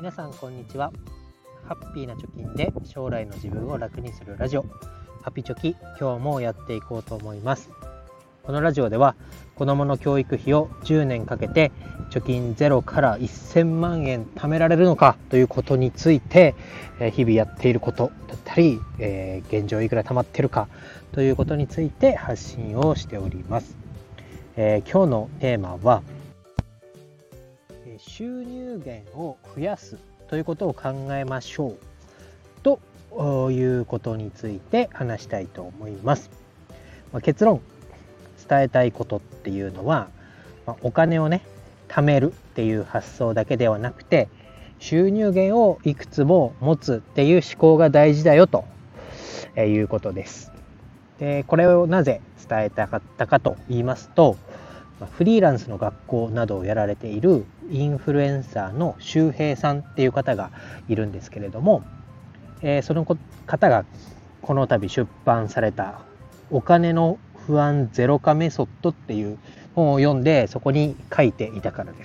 皆さんこんにちは。ハッピーな貯金で将来の自分を楽にするラジオ、ハピチョキ、今日もやっていこうと思います。このラジオでは子どもの教育費を10年かけて貯金0から1000万円貯められるのかということについて、日々やっていることだったり、現状いくら貯まっているかということについて発信をしております。今日のテーマは収入源を増やすということを考えましょうということについて話したいと思います。結論、伝えたいことっていうのは、お金をね貯めるっていう発想だけではなくて、収入源をいくつも持つっていう思考が大事だよということです。で、これをなぜ伝えたかったかと言いますと、フリーランスの学校などをやられているインフルエンサーの周平さんっていう方がいるんですけれども、その方がこの度出版されたお金の不安ゼロ化メソッドっていう本を読んで、そこに書いていたからです。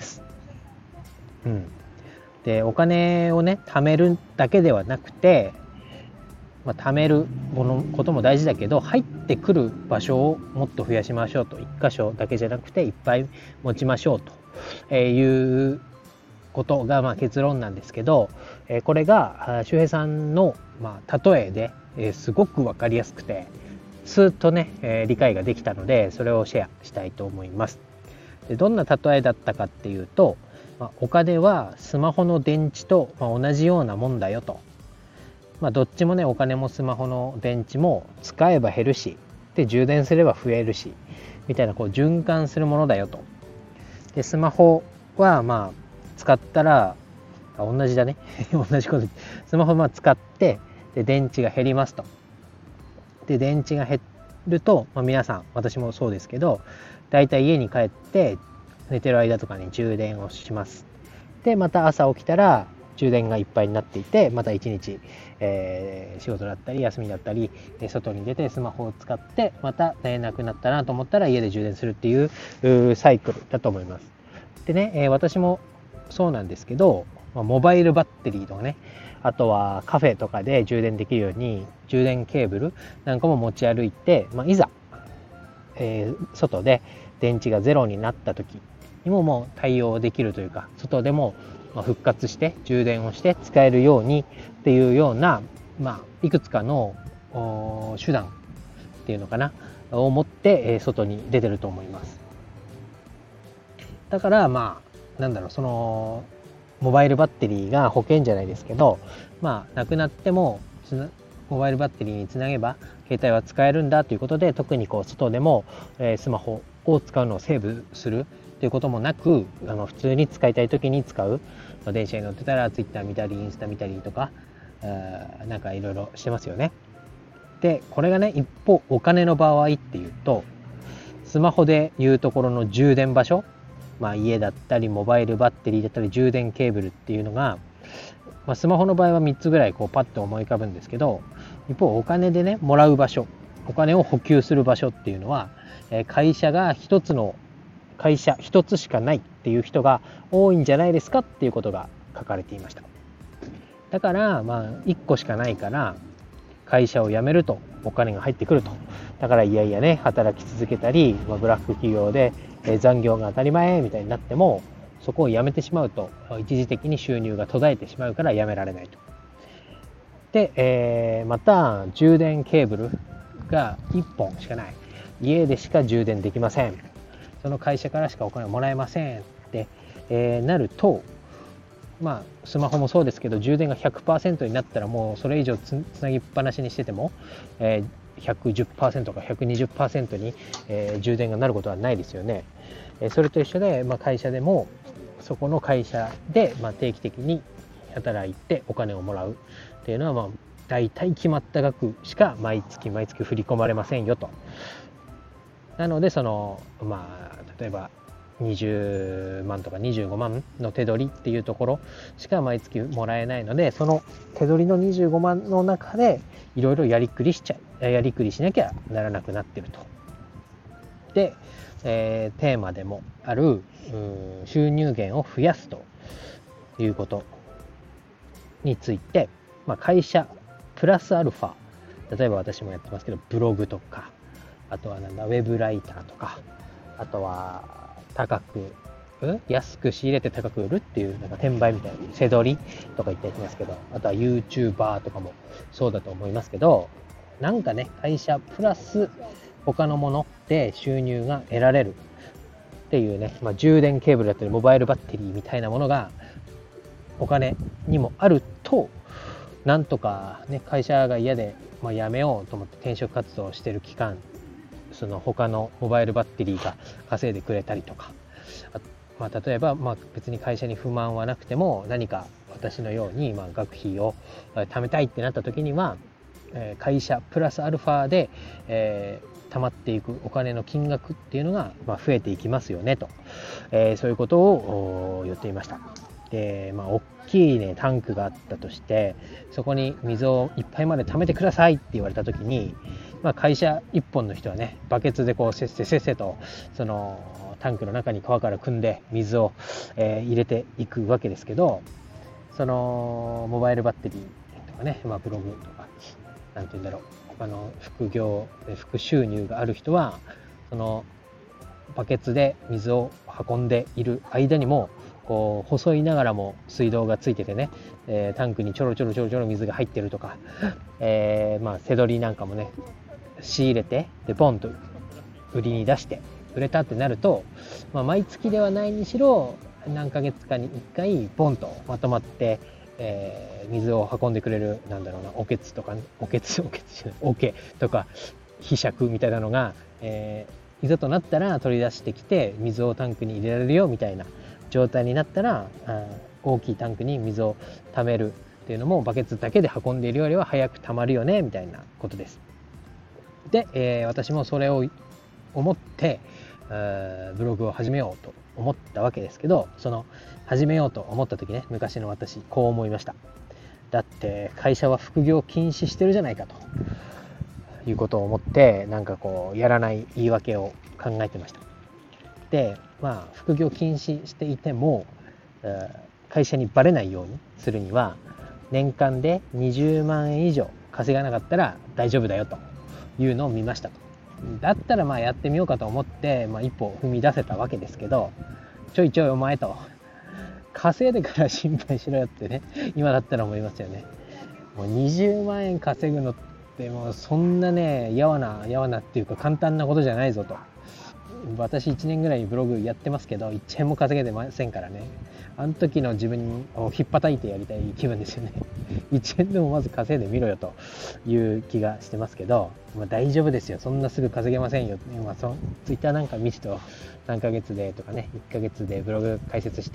で、お金をね貯めるだけではなくて、貯めることも大事だけど、入ってくる場所をもっと増やしましょうと。一箇所だけじゃなくていっぱい持ちましょうということが結論なんですけど、これが周平さんの例えですごく分かりやすくて、スーッとね理解ができたので、それをシェアしたいと思います。で、どんな例えだったかっていうと、お金はスマホの電池と同じようなもんだよと。どっちもね、お金もスマホの電池も使えば減るし、で充電すれば増えるしみたいな、循環するものだよと。で、スマホは使ったら同じだね同じこと。スマホ使ってで電池が減りますと。で、電池が減ると、皆さん、私もそうですけど、だいたい家に帰って寝てる間とかに充電をします。で、また朝起きたら充電がいっぱいになっていて、また一日、仕事だったり休みだったり外に出てスマホを使って、またなくなったなと思ったら家で充電するっていうサイクルだと思います。でね、私もそうなんですけど、モバイルバッテリーとかね、あとはカフェとかで充電できるように充電ケーブルなんかも持ち歩いて、いざ、外で電池がゼロになった時にもう対応できるというか、外でも復活して充電をして使えるようにっていうような、いくつかの手段っていうのかなを持って外に出てると思います。だからそのモバイルバッテリーが保険じゃないですけど、なくなってもモバイルバッテリーにつなげば携帯は使えるんだということで、特に外でもスマホを使うのをセーブするということもなく、普通に使いたい時に使う。電車に乗ってたらツイッター見たりインスタ見たりとか、なんかいろいろしてますよね。で、これがね、一方お金の場合っていうと、スマホでいうところの充電場所、家だったりモバイルバッテリーだったり充電ケーブルっていうのが、スマホの場合は3つぐらいパッと思い浮かぶんですけど、一方お金でねもらう場所、お金を補給する場所っていうのは、会社が一つしかないっていう人が多いんじゃないですかっていうことが書かれていました。だから1個しかないから会社を辞めるとお金が入ってくると。だからいやいやね働き続けたり、ブラック企業で残業が当たり前みたいになっても、そこを辞めてしまうと一時的に収入が途絶えてしまうから辞められないと。で、また充電ケーブルが1本しかない、家でしか充電できません、その会社からしかお金をもらえませんって、なると、スマホもそうですけど、充電が 100% になったらもうそれ以上つなぎっぱなしにしてても、110% か 120% に、充電がなることはないですよね。それと一緒で、会社でもそこの会社で、定期的に働いてお金をもらうっていうのは、大体決まった額しか毎月振り込まれませんよと。なので例えば20万とか25万の手取りっていうところしか毎月もらえないので、その手取りの25万の中でいろいろやりくりしなきゃならなくなってると。で、テーマでもある収入源を増やすということについて、会社プラスアルファ、例えば私もやってますけどブログとか、あとはウェブライターとか、あとは安く仕入れて高く売るっていう転売みたいな背取りとか言ったりしますけど、あとは YouTuber とかもそうだと思いますけど、会社プラス他のもので収入が得られるっていうね、充電ケーブルだったりモバイルバッテリーみたいなものがお金にもあると、なんとかね、会社が嫌で、辞めようと思って転職活動をしている期間、その他のモバイルバッテリーが稼いでくれたりとか、例えば別に会社に不満はなくても、何か私のように学費を貯めたいってなった時には、会社プラスアルファで、貯まっていくお金の金額っていうのが増えていきますよねと、そういうことを言っていました。で、大きいねタンクがあったとして、そこに水をいっぱいまで貯めてくださいって言われた時に、会社一本の人はね、バケツでこうせっせとそのタンクの中に川から汲んで水を、入れていくわけですけど、そのモバイルバッテリーとかね、ブログとかなんて言うんだろう、他の副収入がある人は、そのバケツで水を運んでいる間にもこう細いながらも水道がついててね、タンクにちょろちょろ水が入ってるとか、背取りなんかもね仕入れて、でボンと売りに出して売れたってなると、毎月ではないにしろ何ヶ月かに1回ボンとまとまって、水を運んでくれるおけつとかとかひしゃくみたいなのが、いざとなったら取り出してきて水をタンクに入れられるよみたいな状態になったら、大きいタンクに水を貯めるっていうのもバケツだけで運んでいるよりは早く溜まるよねみたいなことです。で、私もそれを思って、ブログを始めようと思ったわけですけど、その始めようと思った時ね、昔の私こう思いました。だって会社は副業禁止してるじゃないかということを思って、やらない言い訳を考えてました。で、副業禁止していても、会社にバレないようにするには、年間で20万円以上稼がなかったら大丈夫だよというのを見ましたと。だったらやってみようかと思って、一歩踏み出せたわけですけど、ちょいお前と、稼いでから心配しろよってね、今だったら思いますよね。もう20万円稼ぐのってもうそんなね、やわなっていうか簡単なことじゃないぞと。私1年ぐらいブログやってますけど、1円も稼げてませんからね。あの時の自分をひっぱたいてやりたい気分ですよね。1円でもまず稼いでみろよという気がしてますけど、大丈夫ですよ、そんなすぐ稼げませんよ。ツイッターなんか見ると3ヶ月でとかね、1ヶ月でブログ開設して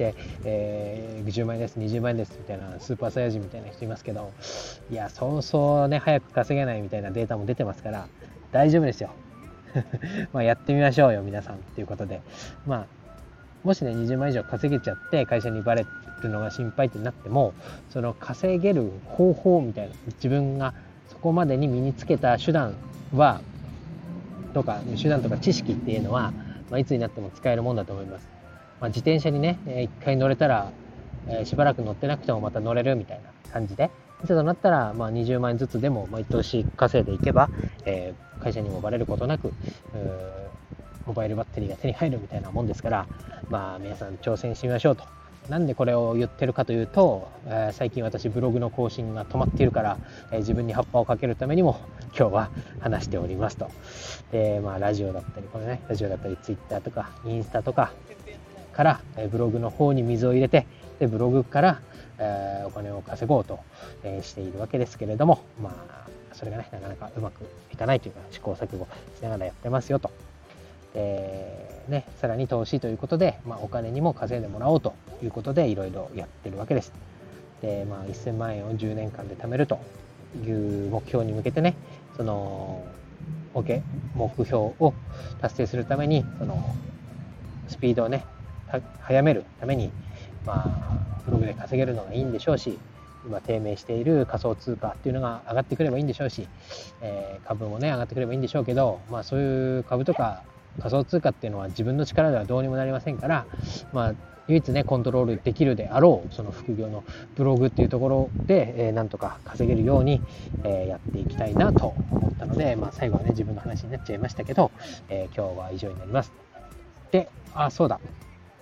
、10万円です20万円ですみたいなスーパーサイヤ人みたいな人いますけど、いやそうね、早く稼げないみたいなデータも出てますから大丈夫ですよ。やってみましょうよ皆さんっていうことで、もしね20万以上稼げちゃって会社にバレるのが心配ってなっても、その稼げる方法みたいな、自分がそこまでに身につけた手段とか知識っていうのは、いつになっても使えるもんだと思います。自転車にね一回乗れたら、しばらく乗ってなくてもまた乗れるみたいな感じで、いざとなったら20万円ずつでも毎年稼いでいけば、会社にもバレることなくモバイルバッテリーが手に入るみたいなもんですから、皆さん挑戦してみましょうと。なんでこれを言ってるかというと、最近私ブログの更新が止まっているから、自分に葉っぱをかけるためにも今日は話しておりますと。で、ラジオだったりツイッターとかインスタとかから、ブログの方に水を入れて、でブログから、お金を稼ごうと、しているわけですけれども、それがねなかなかうまくいかないというか、試行錯誤しながらやってますよと。さらに投資ということで、お金にも稼いでもらおうということでいろいろやってるわけです。で、1000万円を10年間で貯めるという目標に向けてね、その目標を達成するために、そのスピードをね早めるために、ブログで稼げるのがいいんでしょうし、今低迷している仮想通貨っていうのが上がってくればいいんでしょうし、株もね上がってくればいいんでしょうけど、そういう株とか仮想通貨っていうのは自分の力ではどうにもなりませんから、唯一ねコントロールできるであろうその副業のブログっていうところで、なんとか稼げるように、やっていきたいなと思ったので、最後はね自分の話になっちゃいましたけど、今日は以上になります。で、そうだ、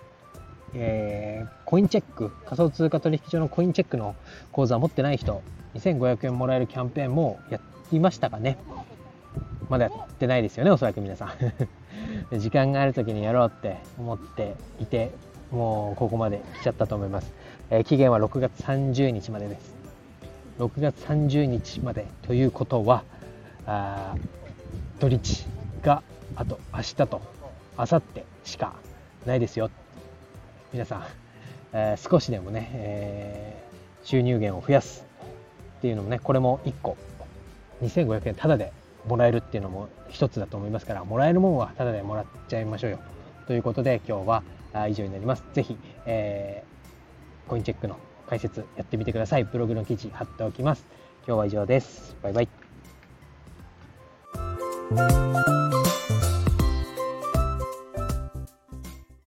コインチェック、仮想通貨取引所のコインチェックの口座を持ってない人、2500円もらえるキャンペーンもやりましたかね。まだやってないですよね、おそらく皆さん時間がある時にやろうって思っていて、もうここまで来ちゃったと思います。期限は6月30日までです。6月30日までということは、土日があと明日と明後日しかないですよ。皆さん、少しでもね、収入源を増やすっていうのもね、これも1個2500円タダでもらえるっていうのも一つだと思いますから、もらえるもんはタダでもらっちゃいましょうよということで、今日は以上になります。ぜひ、コインチェックの解説やってみてください。ブログの記事貼っておきます。今日は以上です。バイバイ。